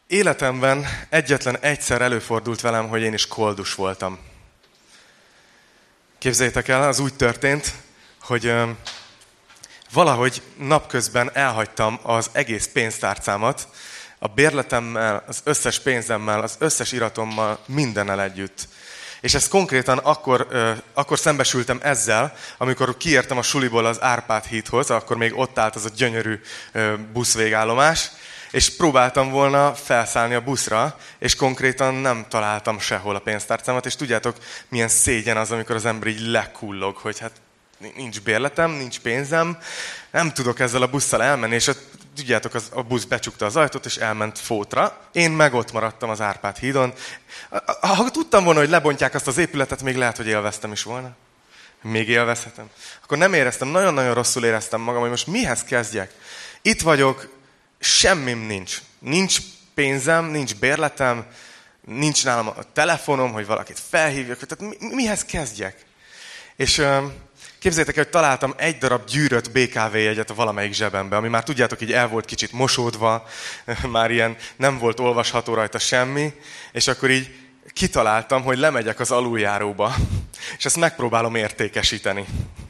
Életemben egyetlen egyszer előfordult velem, hogy én is koldus voltam. Képzeljétek el, az úgy történt, hogy valahogy napközben elhagytam az egész pénztárcámat, a bérletemmel, az összes pénzemmel, az összes iratommal, mindennel együtt. És ezt konkrétan akkor szembesültem ezzel, amikor kiértem a suliból az Árpád hídhoz, akkor még ott állt az a gyönyörű buszvégállomás, és próbáltam volna felszállni a buszra, és konkrétan nem találtam sehol a pénztárcámat, és tudjátok, milyen szégyen az, amikor az ember így lekullog, hogy hát nincs bérletem, nincs pénzem, nem tudok ezzel a busszal elmenni, és tudjátok, a busz becsukta az ajtót, és elment Fótra. Én meg ott maradtam az Árpád hídon. Ha tudtam volna, hogy lebontják azt az épületet, még lehet, hogy élveztem is volna. Még élvezhetem. Akkor nem éreztem, nagyon-nagyon rosszul éreztem magam, hogy most mihez kezdjek. Itt vagyok, semmim nincs. Nincs pénzem, nincs bérletem, nincs nálam a telefonom, hogy valakit felhívjak. Tehát mihez kezdjek? És képzeljétek el, hogy találtam egy darab gyűrött BKV jegyet a valamelyik zsebembe, ami már tudjátok, így el volt kicsit mosódva, már ilyen nem volt olvasható rajta semmi, és akkor így kitaláltam, hogy lemegyek az aluljáróba, és ezt megpróbálom értékesíteni.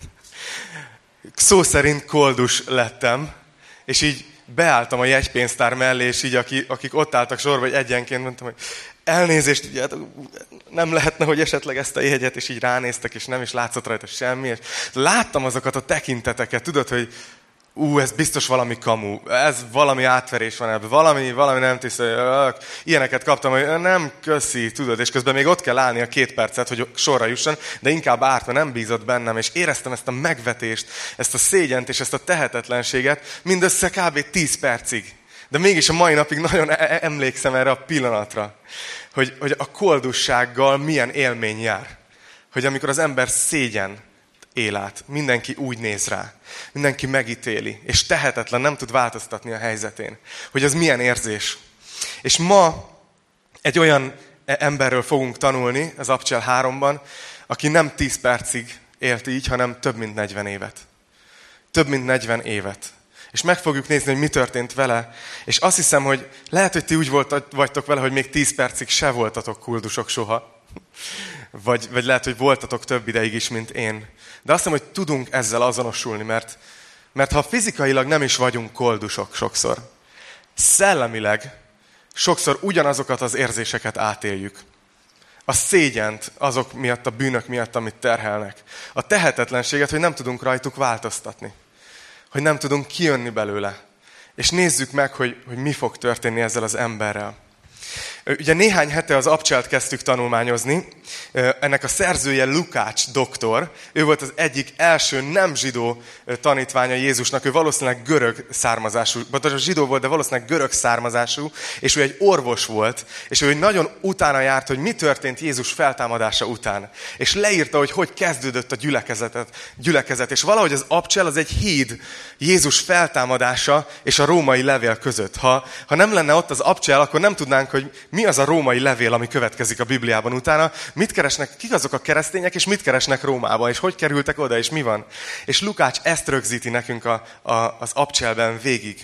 Szó szerint koldus lettem, és így beálltam a jegypénztár mellé, és így akik ott álltak sorba, hogy egyenként mondtam, hogy elnézést, ugye, nem lehetne, hogy esetleg ezt a jegyet, és így ránéztek, és nem is látszott rajta semmi. És láttam azokat a tekinteteket, tudod, hogy ez biztos valami kamu, ez valami átverés van ebben, valami nem tiszta, ilyeneket kaptam, hogy nem köszi, tudod, és közben még ott kell állni a 2 percet, hogy sorra jusson, de inkább árt, mert nem bízott bennem, és éreztem ezt a megvetést, ezt a szégyent és ezt a tehetetlenséget mindössze kb. 10 percig. De mégis a mai napig nagyon emlékszem erre a pillanatra, hogy a koldussággal milyen élmény jár. Hogy amikor az ember szégyen él át, mindenki úgy néz rá, mindenki megítéli, és tehetetlen, nem tud változtatni a helyzetén. Hogy az milyen érzés. És ma egy olyan emberről fogunk tanulni az Abcsel 3-ban, aki nem 10 percig élt így, hanem több mint 40 évet. Több mint 40 évet. És meg fogjuk nézni, hogy mi történt vele. És azt hiszem, hogy lehet, hogy ti úgy vagytok vele, hogy még 10 percig se voltatok koldusok soha. Vagy lehet, hogy voltatok több ideig is, mint én. De azt hiszem, hogy tudunk ezzel azonosulni, mert ha fizikailag nem is vagyunk koldusok sokszor, szellemileg sokszor ugyanazokat az érzéseket átéljük. A szégyent azok miatt, a bűnök miatt, amit terhelnek. A tehetetlenséget, hogy nem tudunk rajtuk változtatni. Hogy nem tudunk kijönni belőle. És nézzük meg, hogy mi fog történni ezzel az emberrel. Ugye néhány hete az Abcselt kezdtük tanulmányozni. Ennek a szerzője Lukács doktor. Ő volt az egyik első nem zsidó tanítványa Jézusnak. Ő valószínűleg görög származású, vagy zsidó volt, de valószínűleg görög származású. És ő egy orvos volt. És ő nagyon utána járt, hogy mi történt Jézus feltámadása után. És leírta, hogy kezdődött a gyülekezet. És valahogy az Abcsel az egy híd Jézus feltámadása és a római levél között. Ha nem lenne ott az Abcsel, akkor nem tudnánk, hogy mi az a római levél, ami következik a Bibliában utána, mit keresnek, kik azok a keresztények, és mit keresnek Rómában, és hogy kerültek oda, és mi van. És Lukács ezt rögzíti nekünk az Abcselben végig.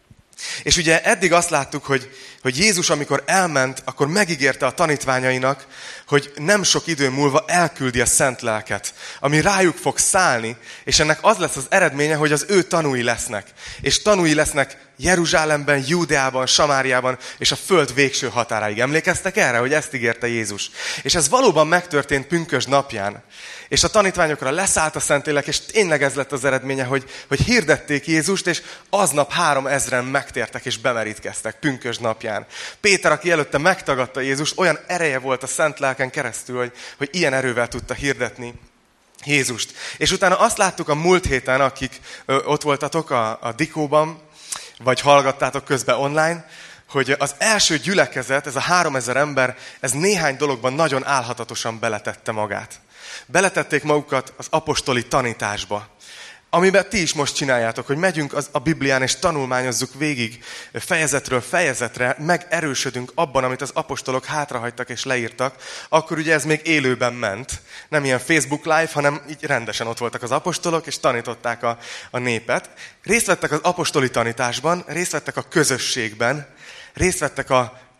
És ugye eddig azt láttuk, hogy Jézus, amikor elment, akkor megígérte a tanítványainak, hogy nem sok idő múlva elküldi a Szent Lelket, ami rájuk fog szállni, és ennek az lesz az eredménye, hogy az ő tanúi lesznek. És tanúi lesznek Jeruzsálemben, Júdeában, Samáriában, és a föld végső határáig. Emlékeztek erre, hogy ezt ígérte Jézus? És ez valóban megtörtént pünkösd napján. És a tanítványokra leszállt a Szentlélek, és tényleg ez lett az eredménye, hogy hirdették Jézust, és aznap 3000-en megtértek és bemerítkeztek pünkösd napján. Péter, aki előtte megtagadta Jézust, olyan ereje volt a Szent Lelken keresztül, hogy ilyen erővel tudta hirdetni Jézust. És utána azt láttuk a múlt héten, akik ott voltatok a Dikóban, vagy hallgattátok közben online, hogy az első gyülekezet, ez a 3000 ember, ez néhány dologban nagyon álhatatosan beletette magát. Beletették magukat az apostoli tanításba, amiben ti is most csináljátok, hogy megyünk a Biblián és tanulmányozzuk végig fejezetről fejezetre, megerősödünk abban, amit az apostolok hátrahagytak és leírtak, akkor ugye ez még élőben ment. Nem ilyen Facebook Live, hanem így rendesen ott voltak az apostolok, és tanították a népet. Részt vettek az apostoli tanításban, részt vettek a közösségben, részt vettek a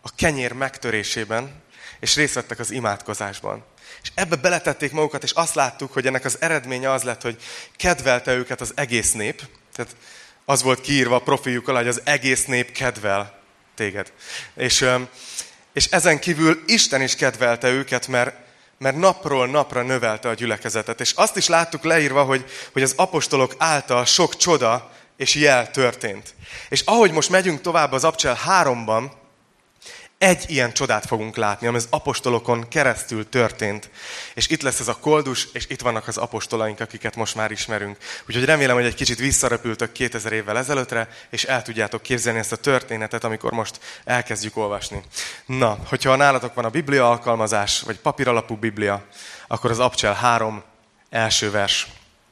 a kenyér megtörésében, és részt vettek az imádkozásban. És ebbe beletették magukat, és azt láttuk, hogy ennek az eredménye az lett, hogy kedvelte őket az egész nép. Tehát az volt kiírva a profiljuk alá, hogy az egész nép kedvel téged. És ezen kívül Isten is kedvelte őket, mert napról napra növelte a gyülekezetet. És azt is láttuk leírva, hogy az apostolok által sok csoda és jel történt. És ahogy most megyünk tovább az Abcsel 3-ban, egy ilyen csodát fogunk látni, ami az apostolokon keresztül történt. És itt lesz ez a koldus, és itt vannak az apostolaink, akiket most már ismerünk. Úgyhogy remélem, hogy egy kicsit visszarepültök 2000 évvel ezelőttre, és el tudjátok képzelni ezt a történetet, amikor most elkezdjük olvasni. Na, hogyha nálatok van a Biblia alkalmazás, vagy papíralapú Biblia, akkor az Abcsel 3 első vers.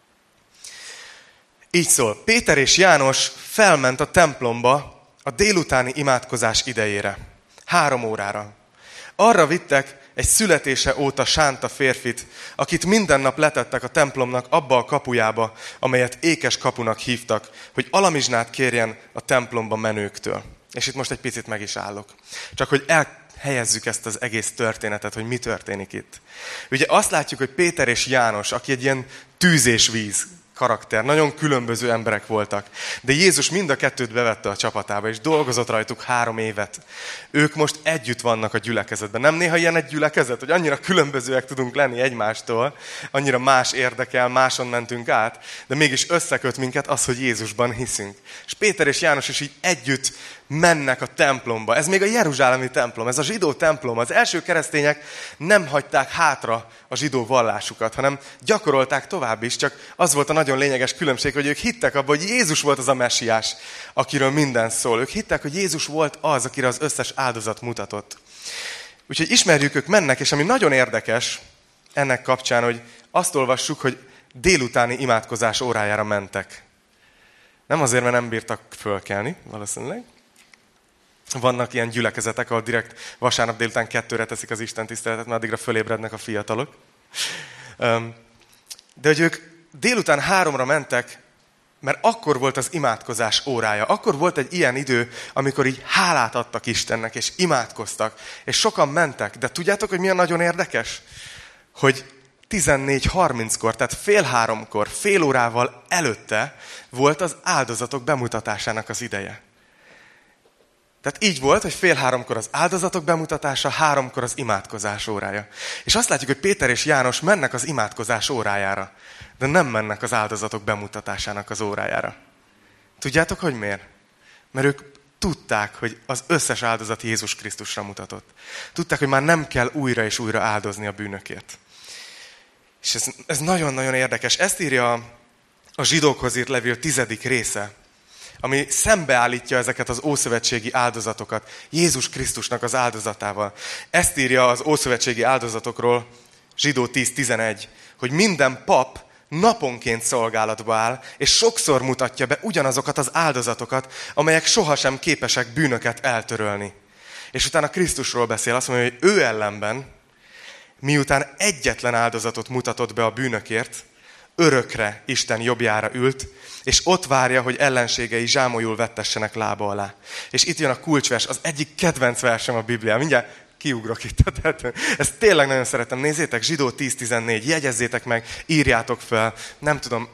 Így szól, Péter és János felment a templomba a délutáni imádkozás idejére. 3 órára. Arra vittek egy születése óta sánta férfit, akit minden nap letettek a templomnak abba a kapujába, amelyet ékes kapunak hívtak, hogy alamizsnát kérjen a templomba menőktől. És itt most egy picit meg is állok. Csak hogy elhelyezzük ezt az egész történetet, hogy mi történik itt. Ugye azt látjuk, hogy Péter és János, aki egy ilyen tűz és víz karakter, nagyon különböző emberek voltak. De Jézus mind a kettőt bevette a csapatába, és dolgozott rajtuk 3 évet. Ők most együtt vannak a gyülekezetben. Nem néha ilyen egy gyülekezet, hogy annyira különbözőek tudunk lenni egymástól, annyira más érdekel, máson mentünk át, de mégis összeköt minket az, hogy Jézusban hiszünk. És Péter és János is így együtt mennek a templomba. Ez még a jeruzsálemi templom, ez a zsidó templom. Az első keresztények nem hagyták hátra a zsidó vallásukat, hanem gyakorolták tovább is, csak az volt a nagyon lényeges különbség, hogy ők hittek abban, hogy Jézus volt az a messiás, akiről minden szól. Ők hittek, hogy Jézus volt az, akire az összes áldozat mutatott. Úgyhogy ismerjük, ők mennek, és ami nagyon érdekes ennek kapcsán, hogy azt olvassuk, hogy délutáni imádkozás órájára mentek. Nem azért, mert nem bírtak fölkelni, valószínűleg. Vannak ilyen gyülekezetek, ahol direkt vasárnap délután 2-re teszik az Isten tiszteletet, mert addigra fölébrednek a fiatalok. De hogy ők délután 3-ra mentek, mert akkor volt az imádkozás órája. Akkor volt egy ilyen idő, amikor így hálát adtak Istennek, és imádkoztak. És sokan mentek. De tudjátok, hogy mi a nagyon érdekes? Hogy 14:30-kor, tehát 2:30-kor, fél órával előtte volt az áldozatok bemutatásának az ideje. Tehát így volt, hogy 2:30-kor az áldozatok bemutatása, 3-kor az imádkozás órája. És azt látjuk, hogy Péter és János mennek az imádkozás órájára, de nem mennek az áldozatok bemutatásának az órájára. Tudjátok, hogy miért? Mert ők tudták, hogy az összes áldozat Jézus Krisztusra mutatott. Tudták, hogy már nem kell újra és újra áldozni a bűnökért. És ez nagyon-nagyon érdekes. Ezt írja a Zsidókhoz írt levél 10. része, ami szembeállítja ezeket az ószövetségi áldozatokat Jézus Krisztusnak az áldozatával. Ezt írja az ószövetségi áldozatokról Zsidó 10:11, hogy minden pap naponként szolgálatba áll, és sokszor mutatja be ugyanazokat az áldozatokat, amelyek sohasem képesek bűnöket eltörölni. És utána Krisztusról beszél, azt mondja, hogy ő ellenben, miután egyetlen áldozatot mutatott be a bűnökért, örökre Isten jobbjára ült, és ott várja, hogy ellenségei zsámolyul vettessenek lába alá. És itt jön a kulcsvers, az egyik kedvenc versem a Biblián. Mindjárt kiugrok itt. Ezt tényleg nagyon szeretem. Nézzétek, Zsidó 10:14, jegyezzétek meg, írjátok fel, nem tudom,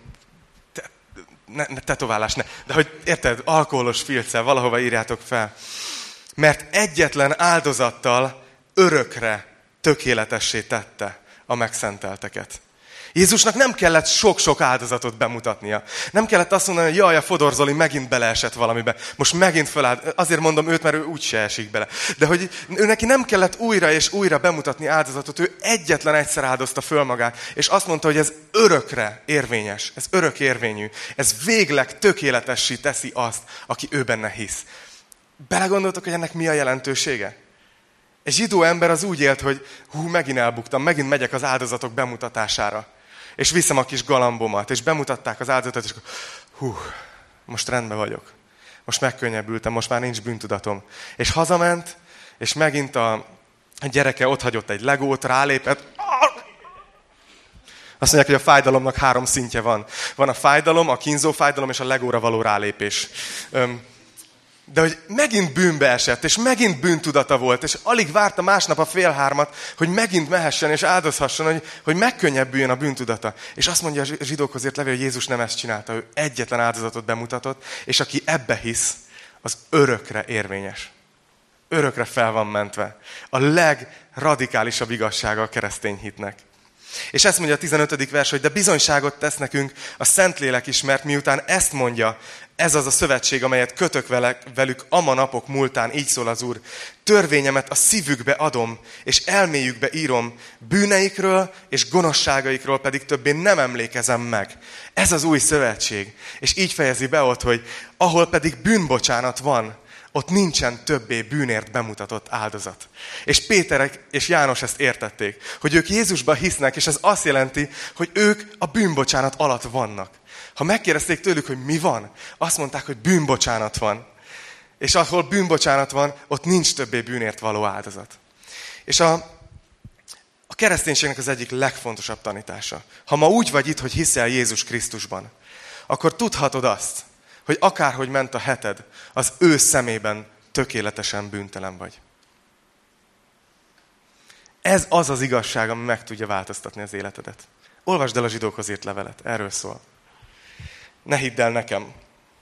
tetoválás ne, de hogy érted, alkoholos filccel valahova írjátok fel. Mert egyetlen áldozattal örökre tökéletessé tette a megszentelteket. Jézusnak nem kellett sok-sok áldozatot bemutatnia. Nem kellett azt mondani, hogy jaj, a Fodor Zoli megint beleesett valamibe. Most megint fölállt. Azért mondom őt, mert ő úgyse esik bele. De hogy ő neki nem kellett újra és újra bemutatni áldozatot. Ő egyetlen egyszer áldozta föl magát. És azt mondta, hogy ez örökre érvényes. Ez örök érvényű. Ez végleg tökéletessé teszi azt, aki ő benne hisz. Belegondoltok, hogy ennek mi a jelentősége? Egy zsidó ember az úgy élt, hogy megint elbuktam, megint megyek az áldozatok bemutatására. És viszem a kis galambomát, és bemutatták az áldozatot, és most rendben vagyok. Most megkönnyebbültem, most már nincs bűntudatom. És hazament, és megint a gyereke otthagyott egy legót, rálépett. Azt mondják, hogy a fájdalomnak 3 szintje van. Van a fájdalom, a kínzó fájdalom, és a legóra való rálépés. De hogy megint bűnbe esett, és megint bűntudata volt, és alig várta másnap a 2:30, hogy megint mehessen és áldozhasson, hogy megkönnyebbüljön a bűntudata. És azt mondja a zsidókhoz írt levél, hogy Jézus nem ezt csinálta, ő egyetlen áldozatot bemutatott, és aki ebbe hisz, az örökre érvényes. Örökre fel van mentve. A legradikálisabb igazsága a keresztény hitnek. És ezt mondja a 15. vers, hogy de bizonyságot tesz nekünk a Szentlélek is, mert miután ezt mondja, ez az a szövetség, amelyet kötök velük ama napok múltán, így szól az Úr. Törvényemet a szívükbe adom, és elméjükbe írom, bűneikről és gonoszságaikról pedig többé nem emlékezem meg. Ez az új szövetség. És így fejezi be ott, hogy ahol pedig bűnbocsánat van, ott nincsen többé bűnért bemutatott áldozat. És Péter és János ezt értették, hogy ők Jézusba hisznek, és ez azt jelenti, hogy ők a bűnbocsánat alatt vannak. Ha megkérdezték tőlük, hogy mi van, azt mondták, hogy bűnbocsánat van. És ahol bűnbocsánat van, ott nincs többé bűnért való áldozat. És a kereszténységnek az egyik legfontosabb tanítása. Ha ma úgy vagy itt, hogy hiszel Jézus Krisztusban, akkor tudhatod azt, hogy akárhogy ment a heted, az ő szemében tökéletesen bűntelen vagy. Ez az az igazság, ami meg tudja változtatni az életedet. Olvasd el a zsidókhoz írt levelet, erről szól. Ne hidd el nekem.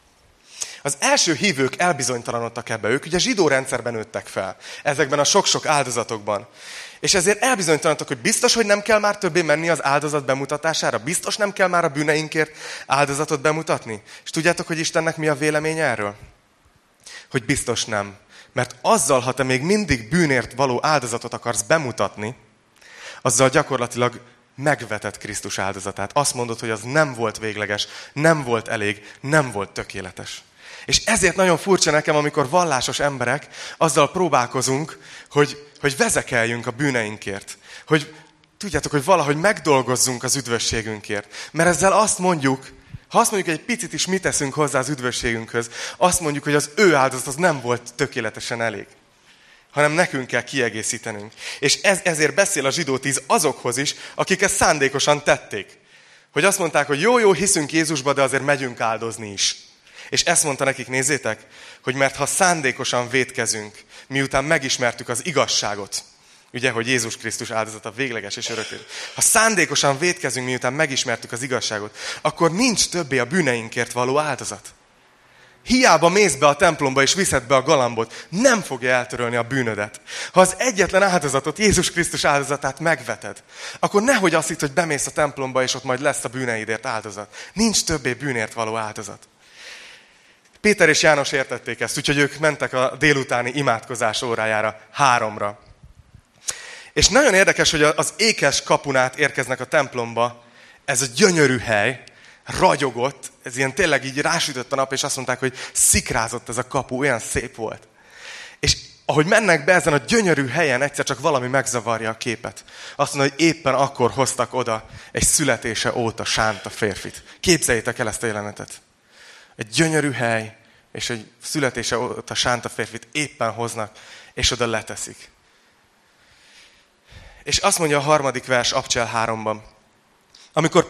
Az első hívők elbizonytalanodtak ebbe. Ők ugye zsidó rendszerben nőttek fel, ezekben a sok-sok áldozatokban. És ezért elbizonytalanodtak, hogy biztos, hogy nem kell már többé menni az áldozat bemutatására? Biztos nem kell már a bűneinkért áldozatot bemutatni? És tudjátok, hogy Istennek mi a véleménye erről? Hogy biztos nem. Mert azzal, ha te még mindig bűnért való áldozatot akarsz bemutatni, azzal gyakorlatilag megveted Krisztus áldozatát. Azt mondod, hogy az nem volt végleges, nem volt elég, nem volt tökéletes. És ezért nagyon furcsa nekem, amikor vallásos emberek azzal próbálkozunk, hogy vezekeljünk a bűneinkért. Hogy tudjátok, hogy valahogy megdolgozzunk az üdvösségünkért. Mert ezzel azt mondjuk, ha azt mondjuk, hogy egy picit is mit teszünk hozzá az üdvösségünkhöz, azt mondjuk, hogy az ő áldozat az nem volt tökéletesen elég. Hanem nekünk kell kiegészítenünk. És ezért beszél a zsidó 10 azokhoz is, akik ezt szándékosan tették. Hogy azt mondták, hogy jó, hiszünk Jézusba, de azért megyünk áldozni is. És ezt mondta nekik, nézzétek, hogy mert ha szándékosan vétkezünk, miután megismertük az igazságot, ugye, hogy Jézus Krisztus áldozata végleges és örökös. Ha szándékosan vétkezünk, miután megismertük az igazságot, akkor nincs többé a bűneinkért való áldozat. Hiába mész be a templomba és viszed be a galambot, nem fogja eltörölni a bűnödet. Ha az egyetlen áldozatot, Jézus Krisztus áldozatát megveted, akkor nehogy azt hidd, hogy bemész a templomba és ott majd lesz a bűneidért áldozat. Nincs többé bűnért való áldozat. Péter és János értették ezt, úgyhogy ők mentek a délutáni imádkozás órájára 3-ra. És nagyon érdekes, hogy az ékes kapunát érkeznek a templomba, ez a gyönyörű hely, ragyogott, ez ilyen tényleg így rásütött a nap, és azt mondták, hogy szikrázott ez a kapu, olyan szép volt. És ahogy mennek be ezen a gyönyörű helyen, egyszer csak valami megzavarja a képet. Azt mondja, hogy éppen akkor hoztak oda egy születése óta sánta férfit. Képzeljétek el ezt a jelenetet. Egy gyönyörű hely, és egy születése óta sánta férfit éppen hoznak, és oda leteszik. És azt mondja a 3. vers Abcsel 3-ban. Amikor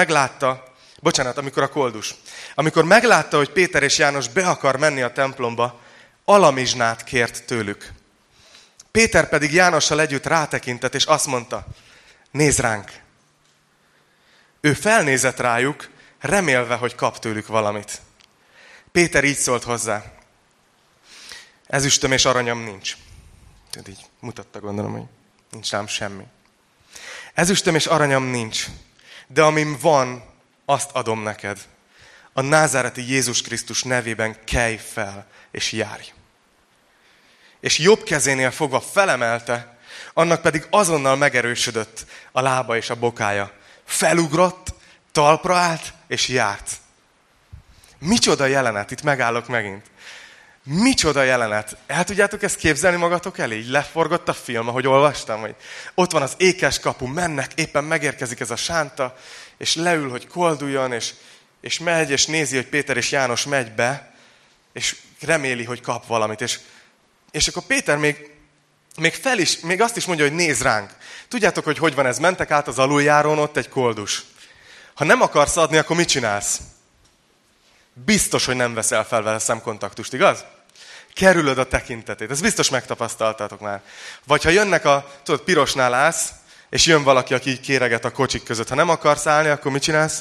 a koldus. Amikor meglátta, hogy Péter és János be akar menni a templomba, alamizsnát kért tőlük. Péter pedig Jánossal együtt rátekintett, és azt mondta, nézd ránk. Ő felnézett rájuk, remélve, hogy kap tőlük valamit. Péter így szólt hozzá. Ezüstöm és aranyam nincs. Tudod, így mutatta, gondolom, hogy nincs rám semmi. Ezüstöm és aranyam nincs, de amim van, azt adom neked. A názáreti Jézus Krisztus nevében kelj fel, és járj. És jobb kezénél fogva felemelte, annak pedig azonnal megerősödött a lába és a bokája. Felugrott, talpra állt, és járt. Micsoda jelenet, itt megállok megint. Micsoda jelenet. El tudjátok ezt képzelni magatok elé? Így leforgott a film, ahogy olvastam, hogy ott van az ékes kapu, mennek, éppen megérkezik ez a sánta, és leül, hogy kolduljon, és megy, és nézi, hogy Péter és János megy be, és reméli, hogy kap valamit. És akkor Péter még azt is mondja, hogy nézz ránk. Tudjátok, hogy van ez? Mentek át az aluljárón, ott egy koldus. Ha nem akarsz adni, akkor mit csinálsz? Biztos, hogy nem veszel fel vele szemkontaktust, igaz? Kerülöd a tekintetét. Ezt biztos megtapasztaltátok már. Vagy ha jönnek pirosnál állsz, és jön valaki, aki így kéreget a kocsik között. Ha nem akarsz állni, akkor mit csinálsz?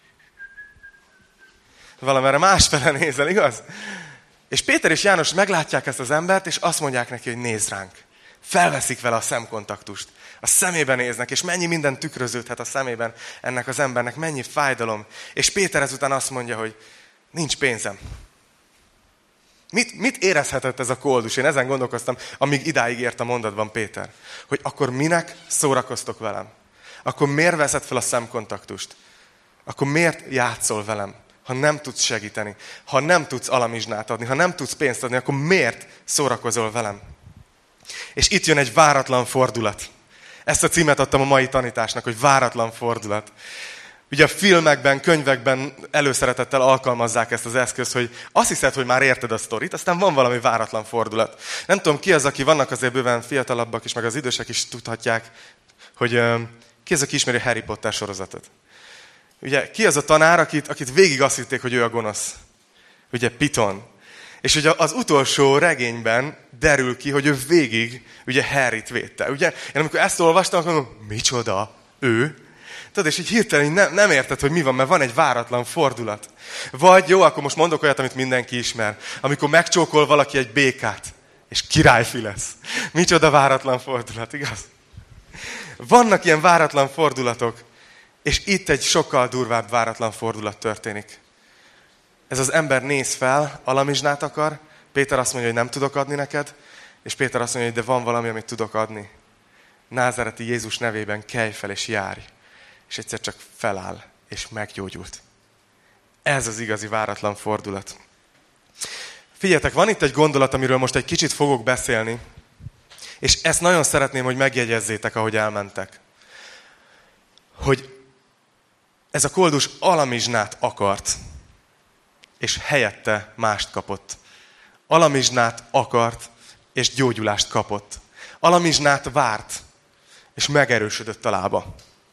Valamerre másfele nézel, igaz? És Péter és János meglátják ezt az embert, és azt mondják neki, hogy nézz ránk. Felveszik vele a szemkontaktust. A szemébe néznek, és mennyi minden tükröződhet a szemében ennek az embernek, mennyi fájdalom. És Péter ezután azt mondja, hogy nincs pénzem. Mit érezhetett ez a koldus? Én ezen gondolkoztam, amíg idáig ért a mondatban Péter. Hogy akkor minek szórakoztok velem? Akkor miért veszed fel a szemkontaktust? Akkor miért játszol velem? Ha nem tudsz segíteni, ha nem tudsz alamizsnát adni, ha nem tudsz pénzt adni, akkor miért szórakozol velem? És itt jön egy váratlan fordulat. Ezt a címet adtam a mai tanításnak, hogy váratlan fordulat. Ugye a filmekben, könyvekben előszeretettel alkalmazzák ezt az eszközt, hogy azt hiszed, hogy már érted a sztorit, aztán van valami váratlan fordulat. Nem tudom, ki az, aki vannak azért bőven fiatalabbak is, meg az idősek is tudhatják, hogy ki az, aki ismeri a Harry Potter sorozatot. Ugye, ki az a tanár, akit végig azt hitték, hogy ő a gonosz? Ugye, Piton. És ugye az utolsó regényben derül ki, hogy ő végig ugye Harryt védte. Ugye, én amikor ezt olvastam, akkor mondom, micsoda? Ő? Tudod, és így hirtelen nem érted, hogy mi van, mert van egy váratlan fordulat. Vagy jó, akkor most mondok olyat, amit mindenki ismer. Amikor megcsókol valaki egy békát, és királyfi lesz. Micsoda váratlan fordulat, igaz? Vannak ilyen váratlan fordulatok, és itt egy sokkal durvább váratlan fordulat történik. Ez az ember néz fel, alamizsnát akar, Péter azt mondja, hogy nem tudok adni neked, és Péter azt mondja, hogy de van valami, amit tudok adni. Názáreti Jézus nevében kelj fel és járj. És egyszer csak feláll, és meggyógyult. Ez az igazi váratlan fordulat. Figyeljetek, van itt egy gondolat, amiről most egy kicsit fogok beszélni, és ezt nagyon szeretném, hogy megjegyezzétek, ahogy elmentek. Hogy ez a koldus alamizsnát akart, és helyette mást kapott. Alamizsnát akart, és gyógyulást kapott. Alamizsnát várt, és megerősödött a lába.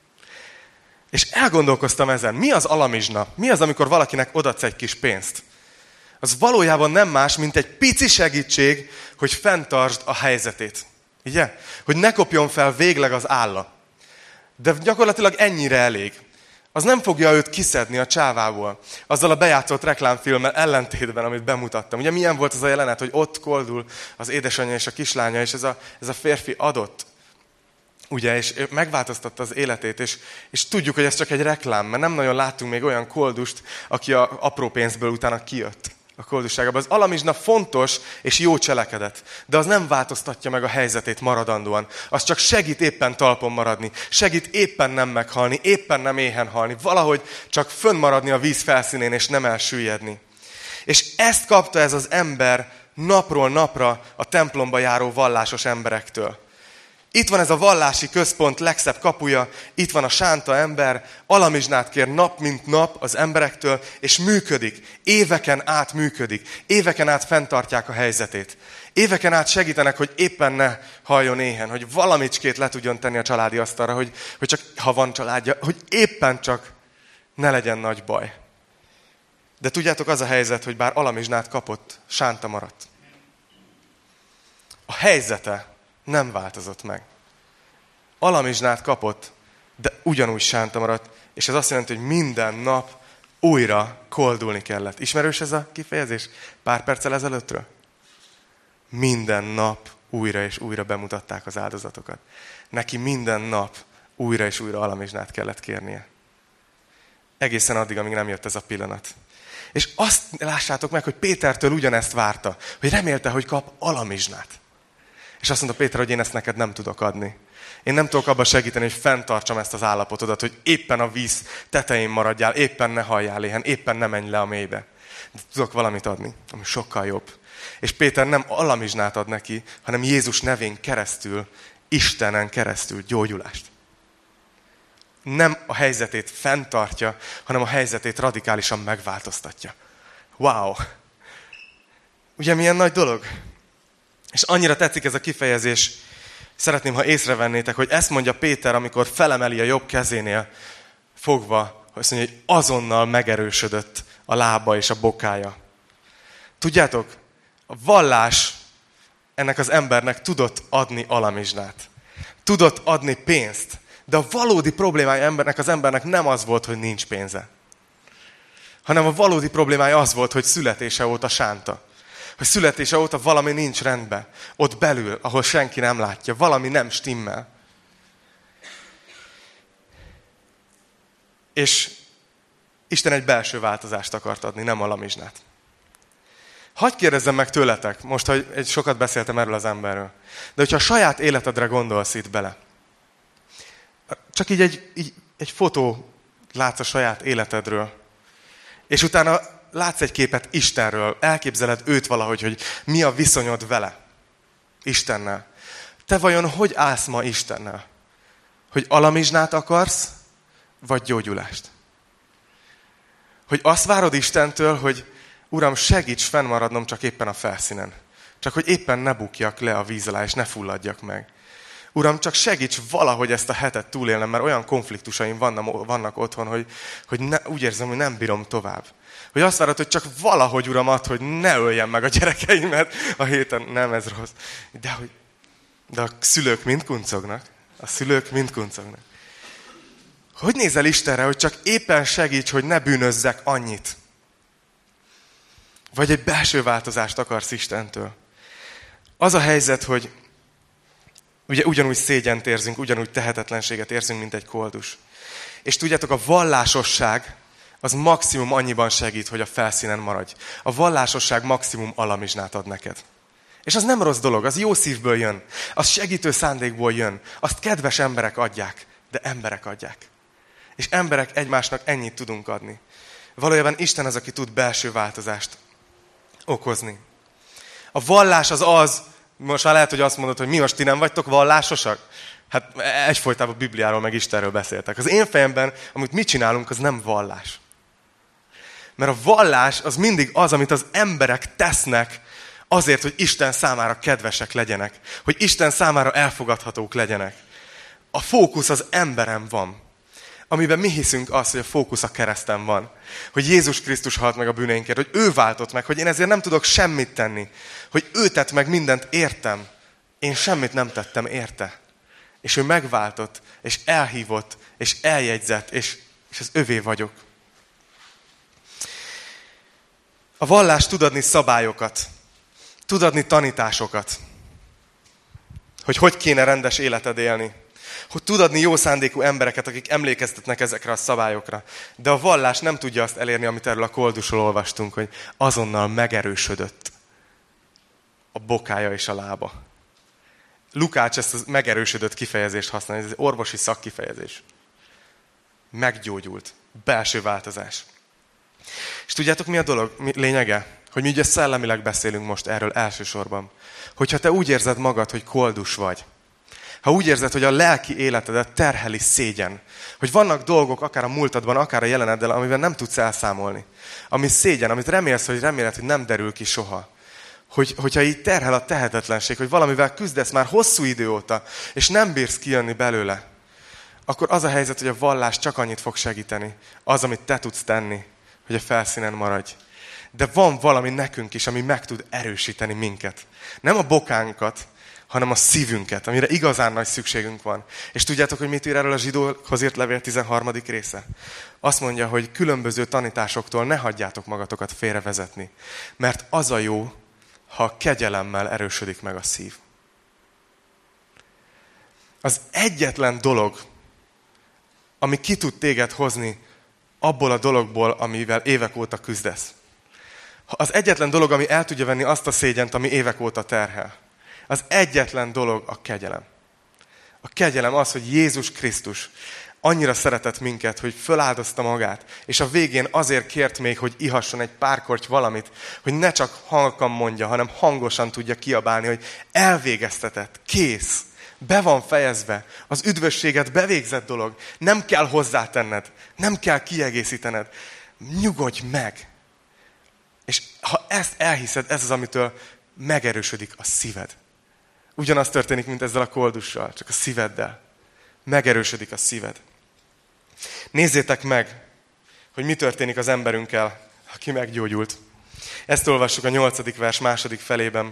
És elgondolkoztam ezen, mi az alamizsna? Mi az, amikor valakinek odaadsz egy kis pénzt? Az valójában nem más, mint egy pici segítség, hogy fenntartsd a helyzetét. Ugye? Hogy ne kopjon fel végleg az álla. De gyakorlatilag ennyire elég. Az nem fogja őt kiszedni a csávából. Azzal a bejátszott reklámfilmmel ellentétben, amit bemutattam. Ugye milyen volt az a jelenet, hogy ott koldul az édesanyja és a kislánya, és ez a férfi adott. Ugye, és megváltoztatta az életét, és tudjuk, hogy ez csak egy reklám, mert nem nagyon láttunk még olyan koldust, aki a apró pénzből utána kijött a koldusságában. Az alamizsna fontos és jó cselekedet, de az nem változtatja meg a helyzetét maradandóan. Az csak segít éppen talpon maradni, segít éppen nem meghalni, éppen nem éhen halni, valahogy csak fönnmaradni a víz felszínén és nem elsüllyedni. És ezt kapta ez az ember napról napra a templomba járó vallásos emberektől. Itt van ez a vallási központ legszebb kapuja, itt van a sánta ember, alamizsnát kér nap mint nap az emberektől, és működik. Éveken át működik. Éveken át fenntartják a helyzetét. Éveken át segítenek, hogy éppen ne halljon éhen, hogy valamicskét le tudjon tenni a családi asztalra, hogy csak, ha van családja, hogy éppen csak ne legyen nagy baj. De tudjátok, az a helyzet, hogy bár alamizsnát kapott, sánta maradt. A helyzete nem változott meg. Alamizsnát kapott, de ugyanúgy sánta maradt, és ez azt jelenti, hogy minden nap újra koldulni kellett. Ismerős ez a kifejezés? Pár perccel ezelőttről? Minden nap újra és újra bemutatták az áldozatokat. Neki minden nap újra és újra alamizsnát kellett kérnie. Egészen addig, amíg nem jött ez a pillanat. És azt lássátok meg, hogy Pétertől ugyanezt várta, hogy remélte, hogy kap alamizsnát. És azt mondta Péter, hogy én ezt neked nem tudok adni. Én nem tudok abban segíteni, hogy fenntartsam ezt az állapotodat, hogy éppen a víz tetején maradjál, éppen ne halljál éhen, éppen ne menj le a mélybe. De tudok valamit adni, ami sokkal jobb. És Péter nem alamizsnát ad neki, hanem Jézus nevén keresztül, Istenen keresztül gyógyulást. Nem a helyzetét fenntartja, hanem a helyzetét radikálisan megváltoztatja. Wow! Ugye milyen nagy dolog? És annyira tetszik ez a kifejezés, szeretném, ha észrevennétek, hogy ezt mondja Péter, amikor felemeli a jobb kezénél fogva, azt mondja, hogy azonnal megerősödött a lába és a bokája. Tudjátok, A vallás ennek az embernek tudott adni alamizsnát. Tudott adni pénzt. De a valódi problémája az embernek nem az volt, hogy nincs pénze. Hanem a valódi problémája az volt, hogy születése óta sánta. Hogy születése óta valami nincs rendben. Ott belül, ahol senki nem látja. Valami nem stimmel. És Isten egy belső változást akart adni, nem alamizsnát. Hadd kérdezzem meg tőletek, most, hogy sokat beszéltem erről az emberről. De hogyha a saját életedre gondolsz itt bele, csak így egy fotó látsz a saját életedről, és utána látsz egy képet Istenről, elképzeled őt valahogy, hogy mi a viszonyod vele, Istennel. Te vajon hogy állsz ma Istennel? Hogy alamizsnát akarsz, vagy gyógyulást? Hogy azt várod Istentől, hogy Uram, segíts fennmaradnom csak éppen a felszínen. Csak hogy éppen ne bukjak le a víz alá, és ne fulladjak meg. Uram, csak segíts valahogy ezt a hetet túlélnem, mert olyan konfliktusaim vannak otthon, hogy úgy érzem, hogy nem bírom tovább. Hogy azt várod, hogy csak valahogy, Uram, add, hogy ne öljem meg a gyerekeimet a héten. Nem, ez rossz. De a szülők mind kuncognak. A szülők mind kuncognak. Hogy nézel Istenre, hogy csak éppen segíts, hogy ne bűnözzek annyit? Vagy egy belső változást akarsz Istentől? Az a helyzet, hogy ugye ugyanúgy szégyent érzünk, ugyanúgy tehetetlenséget érzünk, mint egy koldus. És tudjátok, a vallásosság az maximum annyiban segít, hogy a felszínen maradj. A vallásosság maximum alamizsnát ad neked. És az nem rossz dolog, az jó szívből jön. Az segítő szándékból jön. Azt kedves emberek adják, de emberek adják. És emberek egymásnak ennyit tudunk adni. Valójában Isten az, aki tud belső változást okozni. A vallás az, most már lehet, hogy azt mondod, hogy mi most ti nem vagytok vallásosak? Hát egyfolytában a Bibliáról meg Istenről beszéltek. Az én fejemben, amit mi csinálunk, az nem vallás. Mert a vallás az mindig az, amit az emberek tesznek azért, hogy Isten számára kedvesek legyenek. Hogy Isten számára elfogadhatók legyenek. A fókusz az emberen van. Amiben mi hiszünk az, hogy a fókusz a kereszten van. Hogy Jézus Krisztus halt meg a bűneinkért, hogy ő váltott meg, hogy én ezért nem tudok semmit tenni. Hogy ő tett meg mindent értem. Én semmit nem tettem érte. És ő megváltott, és elhívott, és eljegyzett, és az övé vagyok. A vallás tud adni szabályokat. Tud adni tanításokat. Hogy kéne rendes életed élni. Hogy tud adni jó szándékú embereket, akik emlékeztetnek ezekre a szabályokra. De a vallás nem tudja azt elérni, amit erről a koldusról olvastunk, hogy azonnal megerősödött a bokája és a lába. Lukács ezt a megerősödött kifejezést használja, ez egy orvosi szakkifejezés. Meggyógyult. Belső változás. És tudjátok, mi a dolog lényege? Hogy mi ugye szellemileg beszélünk most erről elsősorban. Hogyha te úgy érzed magad, hogy koldus vagy, ha úgy érzed, hogy a lelki életedet terheli szégyen, hogy vannak dolgok akár a múltadban, akár a jeleneddel, amivel nem tudsz elszámolni. Ami szégyen, amit reméled, hogy nem derül ki soha. Hogyha így terhel a tehetetlenség, hogy valamivel küzdesz már hosszú idő óta, és nem bírsz kijönni belőle, akkor az a helyzet, hogy a vallás csak annyit fog segíteni. Az, amit te tudsz tenni, hogy a felszínen maradj. De van valami nekünk is, ami meg tud erősíteni minket. Nem a bokánkat, hanem a szívünket, amire igazán nagy szükségünk van. És tudjátok, hogy mit ír erről a zsidókhoz írt levél 13. része? Azt mondja, hogy különböző tanításoktól ne hagyjátok magatokat félrevezetni. Mert az a jó, ha kegyelemmel erősödik meg a szív. Az egyetlen dolog, ami ki tud téged hozni abból a dologból, amivel évek óta küzdesz. Az egyetlen dolog, ami el tudja venni azt a szégyent, ami évek óta terhel. Az egyetlen dolog a kegyelem. A kegyelem az, hogy Jézus Krisztus annyira szeretett minket, hogy föláldozta magát, és a végén azért kért még, hogy ihasson egy pár korty valamit, hogy ne csak halkan mondja, hanem hangosan tudja kiabálni, hogy elvégeztetett, kész, be van fejezve, az üdvösséget bevégzett dolog, nem kell hozzátenned, nem kell kiegészítened, nyugodj meg. És ha ezt elhiszed, ez az, amitől megerősödik a szíved. Ugyanaz történik, mint ezzel a koldussal, csak a szíveddel. Megerősödik a szíved. Nézzétek meg, hogy mi történik az emberünkkel, aki meggyógyult. Ezt olvassuk a 8. vers második felében.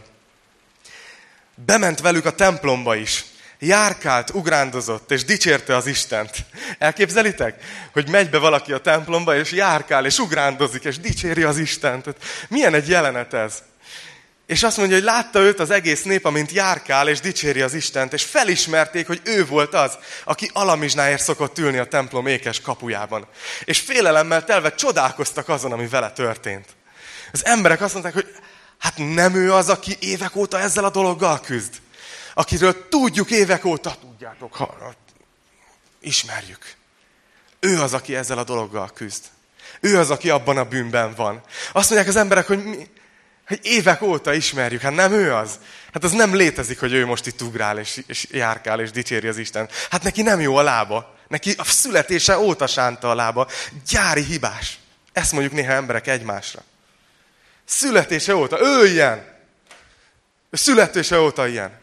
Bement velük a templomba is. Járkált, ugrándozott, és dicsérte az Istent. Elképzelitek? Hogy megy be valaki a templomba, és járkál, és ugrándozik, és dicséri az Istent. Milyen egy jelenet ez? És azt mondja, hogy látta őt az egész nép, amint járkál, és dicséri az Istent, és felismerték, hogy ő volt az, aki alamizsnáért szokott ülni a templom ékes kapujában. És félelemmel telve csodálkoztak azon, ami vele történt. Az emberek azt mondták, hogy hát nem ő az, aki évek óta ezzel a dologgal küzd. Akiről tudjuk évek óta, tudjátok, ismerjük. Ő az, aki ezzel a dologgal küzd. Ő az, aki abban a bűnben van. Azt mondják az emberek, hogy évek óta ismerjük. Hát nem ő az. Hát az nem létezik, hogy ő most itt ugrál, és járkál, és dicséri az Isten. Hát neki nem jó a lába. Neki a születése óta sánta a lába. Gyári hibás. Ezt mondjuk néha emberek egymásra. Születése óta. Ő ilyen. Születése óta ilyen.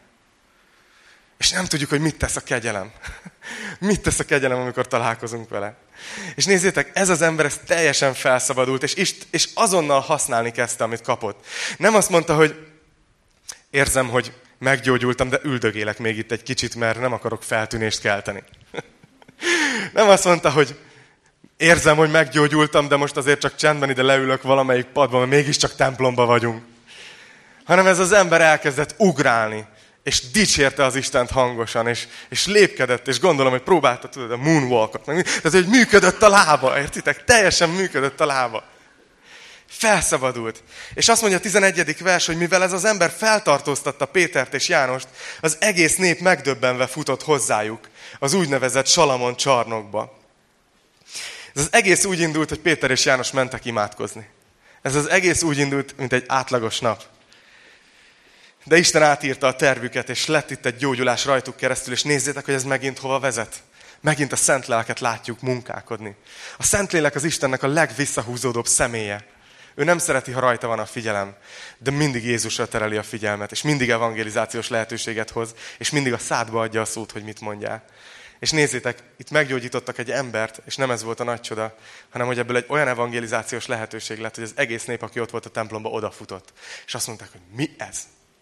És nem tudjuk, hogy mit tesz a kegyelem. Mit tesz a kegyelem, amikor találkozunk vele. És nézzétek, ez az ember ez teljesen felszabadult, és azonnal használni kezdte, amit kapott. Nem azt mondta, hogy érzem, hogy meggyógyultam, de üldögélek még itt egy kicsit, mert nem akarok feltűnést kelteni. Nem azt mondta, hogy érzem, hogy meggyógyultam, de most azért csak csendben ide leülök valamelyik padban, mert mégiscsak templomba vagyunk. Hanem ez az ember elkezdett ugrálni, és dicsérte az Istent hangosan, és lépkedett, és gondolom, hogy próbálta, tudod, a moonwalkot. Tehát, hogy működött a lába, értitek? Teljesen működött a lába. Felszabadult. És azt mondja a 11. vers, hogy mivel ez az ember feltartóztatta Pétert és Jánost, az egész nép megdöbbenve futott hozzájuk, az úgynevezett Salamon csarnokba. Ez az egész úgy indult, hogy Péter és János mentek imádkozni. Ez az egész úgy indult, mint egy átlagos nap. De Isten átírta a tervüket, és lett itt egy gyógyulás rajtuk keresztül, és nézzétek, hogy ez megint hova vezet. Megint a Szent Lelket látjuk munkálkodni. A Szentlélek az Istennek a legvisszahúzódóbb személye. Ő nem szereti, ha rajta van a figyelem, de mindig Jézusra tereli a figyelmet, és mindig evangelizációs lehetőséget hoz, és mindig a szádba adja a szót, hogy mit mondjál. És nézzétek, itt meggyógyítottak egy embert, és nem ez volt a nagy csoda, hanem hogy ebből egy olyan evangelizációs lehetőség lett, hogy az egész nép, aki ott volt a templomba, odafutott. És azt mondták, hogy mi ez?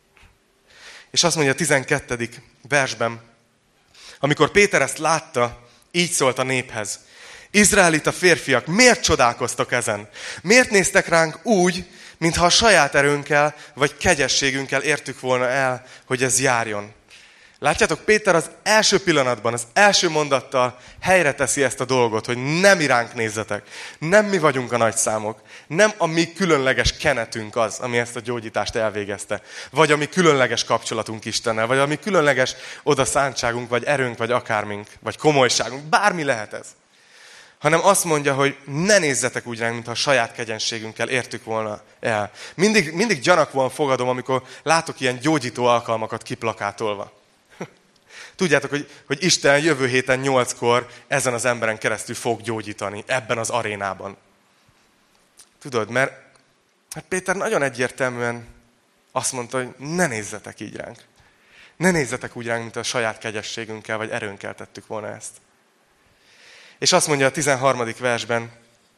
És azt mondja a 12. versben, amikor Péter ezt látta, így szólt a néphez. Izraelita férfiak, miért csodálkoztak ezen? Miért néztek ránk úgy, mintha a saját erőnkkel, vagy kegyességünkkel értük volna el, hogy ez járjon? Látjátok, Péter az első pillanatban, az első mondattal helyre teszi ezt a dolgot, hogy nem iránk nézzetek. Nem mi vagyunk a nagyszámok. Nem a mi különleges kenetünk az, ami ezt a gyógyítást elvégezte. Vagy a mi különleges kapcsolatunk Istennel, vagy a mi különleges odaszántságunk, vagy erőnk, vagy akármink, vagy komolyságunk. Bármi lehet ez. Hanem azt mondja, hogy ne nézzetek úgy ránk, mintha a saját kegyességünkkel értük volna el. Mindig gyanakvóan fogadom, amikor látok ilyen gyógyító alkalmakat kiplakátolva. Tudjátok, hogy Isten jövő héten 8-kor ezen az emberen keresztül fog gyógyítani, ebben az arénában. Tudod, mert Péter nagyon egyértelműen azt mondta, hogy ne nézzetek így ránk. Ne nézzetek úgy ránk, mint a saját kegyességünkkel vagy erőnkkel tettük volna ezt. És azt mondja a 13. versben,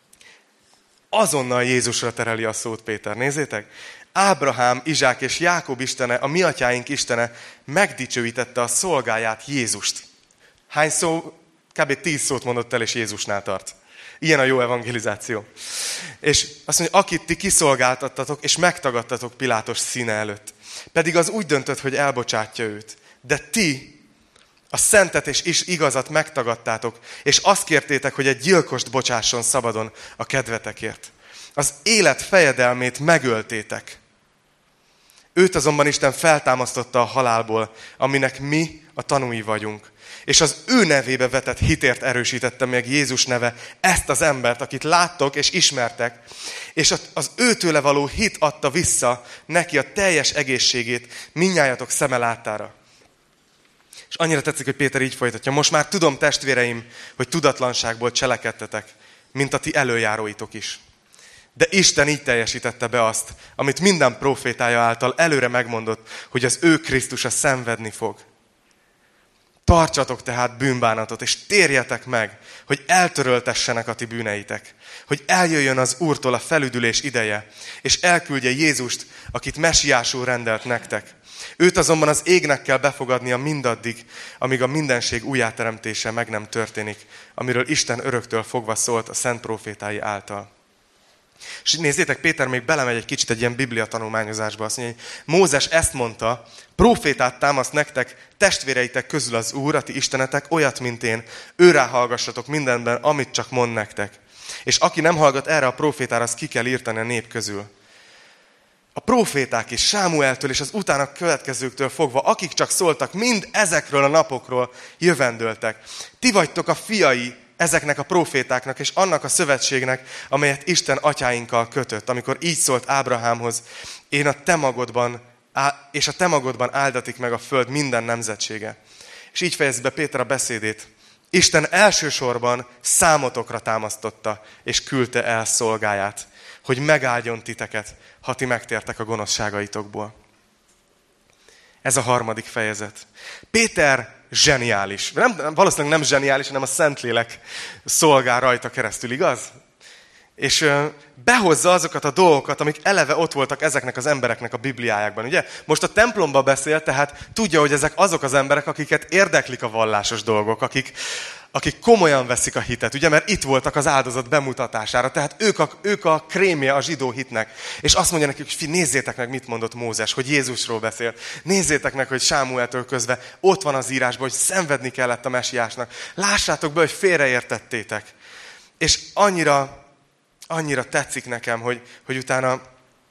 azonnal Jézusra tereli a szót Péter. Nézzétek! Ábrahám, Izsák és Jákob Istene, a mi atyáink Istene megdicsőítette a szolgáját, Jézust. Hány szó? Kb. 10 szót mondott el, és Jézusnál tart. Ilyen a jó evangelizáció. És azt mondja, akit ti kiszolgáltattatok, és megtagadtatok Pilátus színe előtt. Pedig az úgy döntött, hogy elbocsátja őt. De ti a szentet és igazat megtagadtátok, és azt kértétek, hogy egy gyilkost bocsásson szabadon a kedvetekért. Az élet fejedelmét megöltétek. Őt azonban Isten feltámasztotta a halálból, aminek mi a tanúi vagyunk. És az ő nevébe vetett hitért erősítette meg Jézus neve ezt az embert, akit láttok és ismertek, és az őtőle való hit adta vissza neki a teljes egészségét mindnyájatok szeme láttára. És annyira tetszik, hogy Péter így folytatja. Most már tudom, testvéreim, hogy tudatlanságból cselekedtetek, mint a ti előjáróitok is. De Isten így teljesítette be azt, amit minden profétája által előre megmondott, hogy az ő Krisztusa szenvedni fog. Tartsatok tehát bűnbánatot, és térjetek meg, hogy eltöröltessenek a ti bűneitek. Hogy eljöjjön az Úrtól a felüdülés ideje, és elküldje Jézust, akit mesiásul rendelt nektek. Őt azonban az égnek kell befogadnia mindaddig, amíg a mindenség újjáteremtése meg nem történik, amiről Isten öröktől fogva szólt a szent prófétái által. És nézzétek, Péter még belemegy egy kicsit egy ilyen biblia tanulmányozásba. Azt mondja, hogy Mózes ezt mondta, prófétát támaszt nektek, testvéreitek közül az Úr, a ti istenetek, olyat, mint én, őrá hallgassatok mindenben, amit csak mond nektek. És aki nem hallgat erre a prófétára, azt ki kell írtani a nép közül. A próféták is Sámueltől és az utána következőktől fogva, akik csak szóltak, mind ezekről a napokról jövendöltek. Ti vagytok a fiai ezeknek a prófétáknak és annak a szövetségnek, amelyet Isten atyáinkkal kötött, amikor így szólt Ábrahámhoz, és a te magodban áldatik meg a föld minden nemzetsége. És így fejezi be Péter a beszédét. Isten elsősorban számotokra támasztotta, és küldte el szolgáját, hogy megáldjon titeket, ha ti megtértek a gonoszságaitokból. Ez a harmadik fejezet. Péter zseniális. Valószínűleg nem zseniális, hanem a Szentlélek szolgál rajta keresztül, igaz? És behozza azokat a dolgokat, amik eleve ott voltak ezeknek az embereknek a Bibliájákban. Ugye? Most a templomba beszél, tehát tudja, hogy ezek azok az emberek, akiket érdeklik a vallásos dolgok, akik komolyan veszik a hitet, ugye? Mert itt voltak az áldozat bemutatására, tehát ők a krémje a zsidó hitnek. És azt mondja nekik, hogy nézzétek meg, mit mondott Mózes, hogy Jézusról beszél. Nézzétek meg, hogy Sámueltől közve ott van az írásban, hogy szenvedni kellett a mesiásnak. Lássátok be, hogy félreértettétek. És annyira tetszik nekem, hogy utána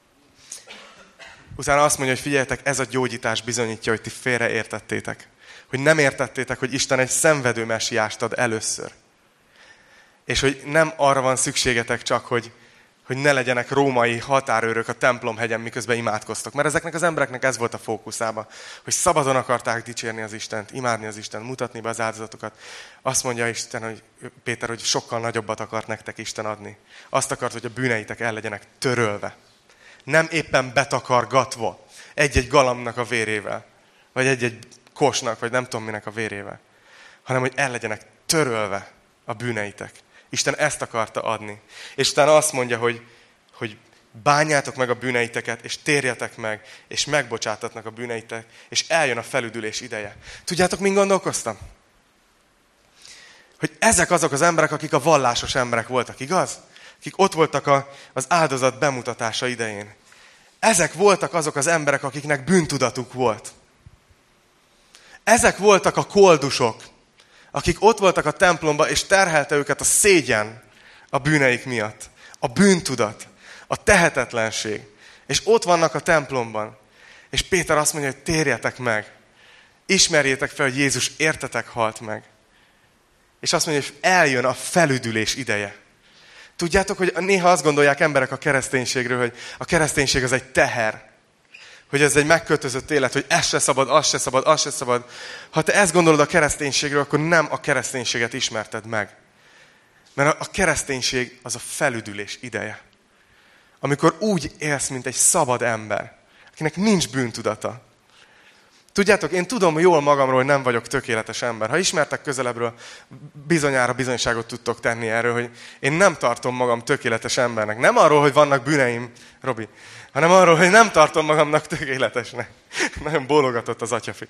azt mondja, hogy figyeljetek, ez a gyógyítás bizonyítja, hogy ti félreértettétek. Hogy nem értettétek, hogy Isten egy szenvedő mesiást ad először. És hogy nem arra van szükségetek csak, hogy ne legyenek római határőrök a templomhegyen, miközben imádkoztok. Mert ezeknek az embereknek ez volt a fókuszába. Hogy szabadon akarták dicsérni az Istent, imádni az Istent, mutatni be az áldozatokat. Azt mondja Isten, hogy Péter, hogy sokkal nagyobbat akart nektek Isten adni. Azt akart, hogy a bűneitek el legyenek törölve. Nem éppen betakargatva egy-egy galambnak a vérével. Vagy egy-egy kosnak, vagy nem tudom minek a vérével. Hanem, hogy el legyenek törölve a bűneitek. Isten ezt akarta adni. És utána azt mondja, hogy bánjátok meg a bűneiteket, és térjetek meg, és megbocsátatnak a bűneitek, és eljön a felüdülés ideje. Tudjátok, min gondolkoztam? Hogy ezek azok az emberek, akik a vallásos emberek voltak, igaz? Akik ott voltak az áldozat bemutatása idején. Ezek voltak azok az emberek, akiknek bűntudatuk volt. Ezek voltak a koldusok, akik ott voltak a templomban, és terhelte őket a szégyen a bűneik miatt. A bűntudat, a tehetetlenség. És ott vannak a templomban. És Péter azt mondja, hogy térjetek meg. Ismerjétek fel, hogy Jézus értetek halt meg. És azt mondja, hogy eljön a felüdülés ideje. Tudjátok, hogy néha azt gondolják emberek a kereszténységről, hogy a kereszténység az egy teher. Hogy ez egy megkötözött élet, hogy ez se szabad, az se szabad, az se szabad. Ha te ezt gondolod a kereszténységről, akkor nem a kereszténységet ismerted meg. Mert a kereszténység az a felüdülés ideje. Amikor úgy élsz, mint egy szabad ember, akinek nincs bűntudata. Tudjátok, én tudom jól magamról, hogy nem vagyok tökéletes ember. Ha ismertek közelebbről, bizonyára bizonyságot tudtok tenni erről, hogy én nem tartom magam tökéletes embernek. Nem arról, hogy vannak bűneim, Robi, hanem arról, hogy nem tartom magamnak tökéletesnek. Nagyon bólogatott az atyafi.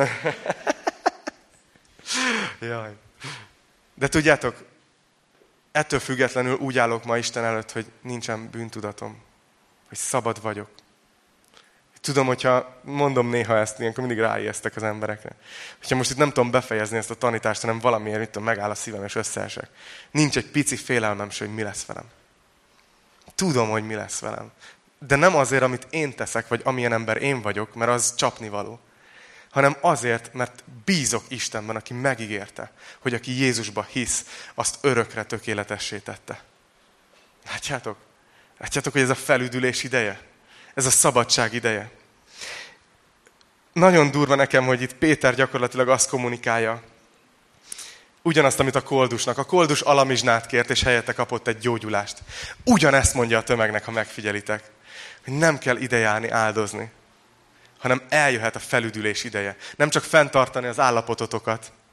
Jaj. De tudjátok, ettől függetlenül úgy állok ma Isten előtt, hogy nincsen bűntudatom. Hogy szabad vagyok. Tudom, hogyha mondom néha ezt, ilyenkor mindig ráijesztek az emberekre. Hogyha most itt nem tudom befejezni ezt a tanítást, hanem valamiért, mit tudom, megáll a szívem és összeesek. Nincs egy pici félelmem se, hogy mi lesz velem. Tudom, hogy mi lesz velem. De nem azért, amit én teszek, vagy amilyen ember én vagyok, mert az csapnivaló. Hanem azért, mert bízok Istenben, aki megígérte, hogy aki Jézusba hisz, azt örökre tökéletessé tette. Látjátok? Látjátok, hogy ez a felüdülés ideje? Ez a szabadság ideje. Nagyon durva nekem, hogy itt Péter gyakorlatilag azt kommunikálja. Ugyanazt, amit a koldusnak. A koldus alamizsnát kért, és helyette kapott egy gyógyulást. Ugyanezt mondja a tömegnek, ha megfigyelitek. Hogy nem kell ide járni áldozni, hanem eljöhet a felüdülés ideje. Nem csak fenntartani az állapototokat,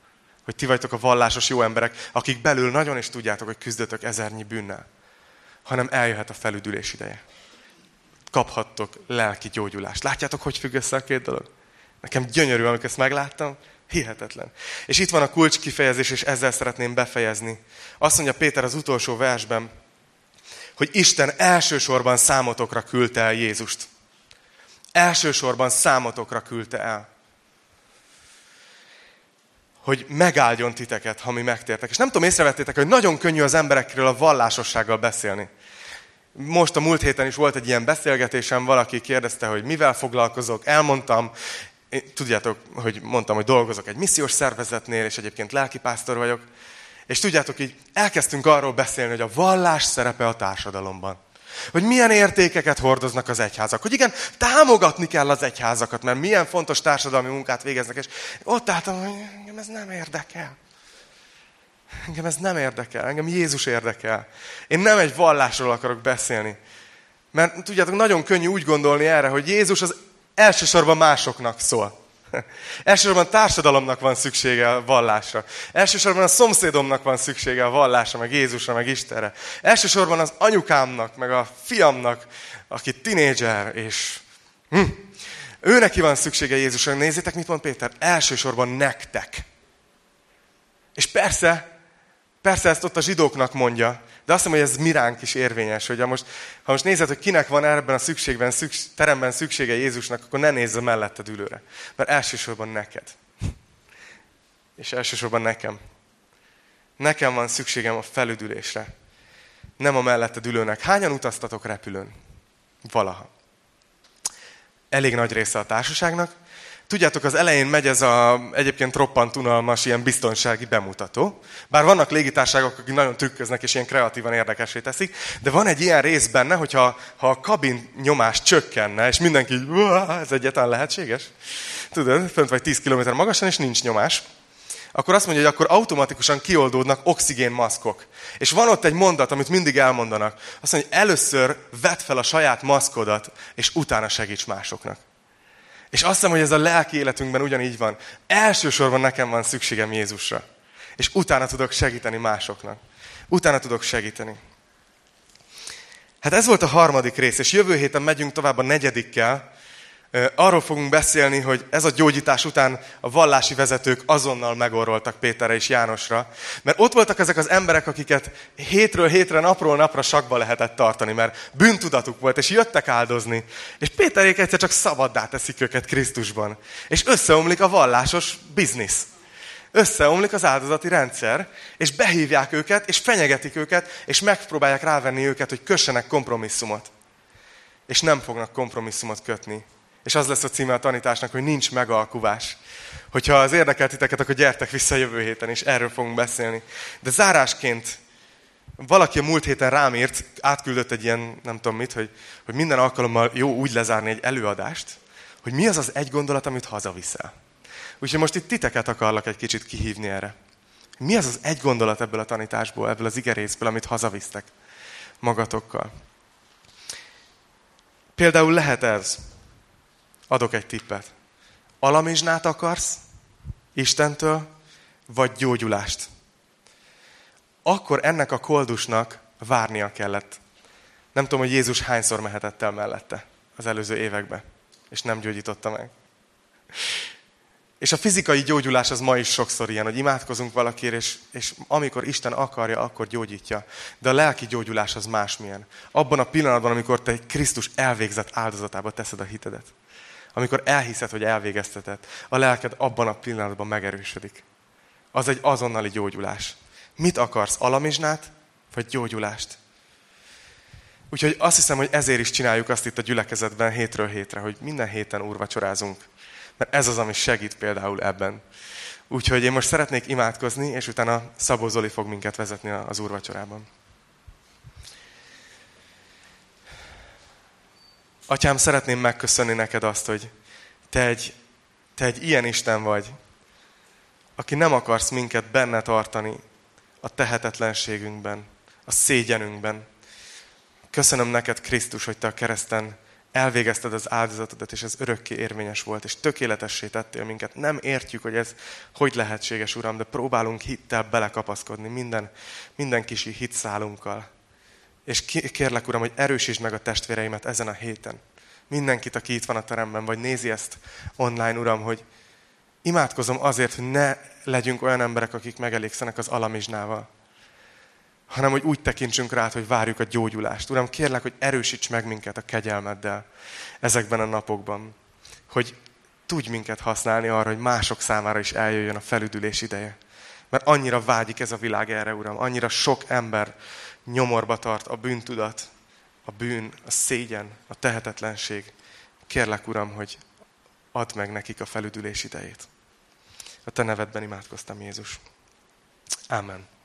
hogy ti vagytok a vallásos jó emberek, akik belül nagyon is tudjátok, hogy küzdötök ezernyi bűnnel. Hanem eljöhet a felüdülés ideje. Kaphattok lelki gyógyulást. Látjátok, hogy függ össze a két dolog? Nekem gyönyörű, amikor ezt megláttam. Hihetetlen. És itt van a kulcs kifejezés, és ezzel szeretném befejezni. Azt mondja Péter az utolsó versben, hogy Isten elsősorban számotokra küldte el Jézust. Elsősorban számotokra küldte el. Hogy megáldjon titeket, ha mi megtértek. És nem tudom, észrevettétek, hogy nagyon könnyű az emberekről a vallásossággal beszélni. Most a múlt héten is volt egy ilyen beszélgetésem, valaki kérdezte, hogy mivel foglalkozok, elmondtam. Tudjátok, hogy mondtam, hogy dolgozok egy missziós szervezetnél, és egyébként lelkipásztor vagyok. És tudjátok, így elkezdtünk arról beszélni, hogy a vallás szerepe a társadalomban. Hogy milyen értékeket hordoznak az egyházak. Hogy igen, támogatni kell az egyházakat, mert milyen fontos társadalmi munkát végeznek. És ott álltam, hogy engem ez nem érdekel. Engem ez nem érdekel. Engem Jézus érdekel. Én nem egy vallásról akarok beszélni. Mert tudjátok, nagyon könnyű úgy gondolni erre, hogy Jézus az elsősorban másoknak szól. Elsősorban társadalomnak van szüksége a vallásra. Elsősorban a szomszédomnak van szüksége a vallásra, meg Jézusra, meg Istenre. Elsősorban az anyukámnak, meg a fiamnak, aki tinédzser, és ő neki van szüksége Jézusra. Nézzétek, mit mond Péter? Elsősorban nektek. És persze ezt ott a zsidóknak mondja, de azt mondom, hogy ez miránk is érvényes, hogy ha most nézed, hogy kinek van ebben a teremben szüksége Jézusnak, akkor ne nézz a melletted ülőre. Mert elsősorban neked. És elsősorban nekem. Nekem van szükségem a felüdülésre. Nem a melletted ülőnek. Hányan utaztatok repülőn? Valaha. Elég nagy része a társaságnak. Tudjátok, az elején megy ez egyébként roppant unalmas ilyen biztonsági bemutató. Bár vannak légitársaságok, akik nagyon trükköznek és ilyen kreatívan érdekessé teszik, de van egy ilyen rész benne, hogyha a kabin nyomás csökkenne, és mindenki így, ez egyáltalán lehetséges? Tudod, fönt vagy 10 km magasan, és nincs nyomás. Akkor azt mondja, hogy akkor automatikusan kioldódnak oxigénmaszkok. És van ott egy mondat, amit mindig elmondanak. Azt mondja, hogy először vedd fel a saját maszkodat, és utána segíts másoknak. És azt hiszem, hogy ez a lelki életünkben ugyanígy van. Elsősorban nekem van szükségem Jézusra. És utána tudok segíteni másoknak. Utána tudok segíteni. Hát ez volt a harmadik rész, és jövő héten megyünk tovább a negyedikkel. Arról fogunk beszélni, hogy ez a gyógyítás után a vallási vezetők azonnal megorroltak Péterre és Jánosra. Mert ott voltak ezek az emberek, akiket hétről hétre, napról napra sakba lehetett tartani, mert bűntudatuk volt, és jöttek áldozni. És Péterék egyszer csak szabaddá teszik őket Krisztusban. És összeomlik a vallásos biznisz. Összeomlik az áldozati rendszer, és behívják őket, és fenyegetik őket, és megpróbálják rávenni őket, hogy kössenek kompromisszumot. És nem fognak kompromisszumot kötni. És az lesz a címe a tanításnak, hogy nincs megalkuvás. Hogyha az érdekel titeket, akkor gyertek vissza jövő héten, és erről fogunk beszélni. De zárásként valaki a múlt héten rám írt, átküldött egy ilyen, nem tudom mit, hogy minden alkalommal jó úgy lezárni egy előadást, hogy mi az az egy gondolat, amit hazaviszel. Úgyhogy most itt titeket akarlak egy kicsit kihívni erre. Mi az az egy gondolat ebből a tanításból, ebből az igerészből, amit hazavisztek magatokkal? Például lehet ez. Adok egy tippet. Alamizsnát akarsz Istentől, vagy gyógyulást? Akkor ennek a koldusnak várnia kellett. Nem tudom, hogy Jézus hányszor mehetett el mellette az előző években, és nem gyógyította meg. És a fizikai gyógyulás az ma is sokszor ilyen, hogy imádkozunk valakiért, és amikor Isten akarja, akkor gyógyítja. De a lelki gyógyulás az másmilyen. Abban a pillanatban, amikor te egy Krisztus elvégzett áldozatába teszed a hitedet. Amikor elhiszed, hogy elvégezteted, a lelked abban a pillanatban megerősödik. Az egy azonnali gyógyulás. Mit akarsz, alamizsnát, vagy gyógyulást? Úgyhogy azt hiszem, hogy ezért is csináljuk azt itt a gyülekezetben hétről hétre, hogy minden héten úrvacsorázunk. Mert ez az, ami segít például ebben. Úgyhogy én most szeretnék imádkozni, és utána Szabó Zoli fog minket vezetni az úrvacsorában. Atyám, szeretném megköszönni neked azt, hogy te egy ilyen Isten vagy, aki nem akarsz minket benne tartani a tehetetlenségünkben, a szégyenünkben. Köszönöm neked, Krisztus, hogy te a kereszten elvégezted az áldozatodat, és ez örökké érvényes volt, és tökéletessé tettél minket. Nem értjük, hogy ez hogy lehetséges, Uram, de próbálunk hittel belekapaszkodni minden kis hitszálunkkal. És kérlek, Uram, hogy erősítsd meg a testvéreimet ezen a héten. Mindenkit, aki itt van a teremben, vagy nézi ezt online, Uram, hogy imádkozom azért, hogy ne legyünk olyan emberek, akik megelégszenek az alamizsnával, hanem hogy úgy tekintsünk rá, hogy várjuk a gyógyulást. Uram, kérlek, hogy erősíts meg minket a kegyelmeddel ezekben a napokban. Hogy tudj minket használni arra, hogy mások számára is eljöjjön a felüdülés ideje. Mert annyira vágyik ez a világ erre, Uram. Annyira sok ember nyomorba tart a bűntudat, a bűn, a szégyen, a tehetetlenség. Kérlek, Uram, hogy add meg nekik a felüdülés idejét. A Te nevedben imádkoztam, Jézus. Ámen.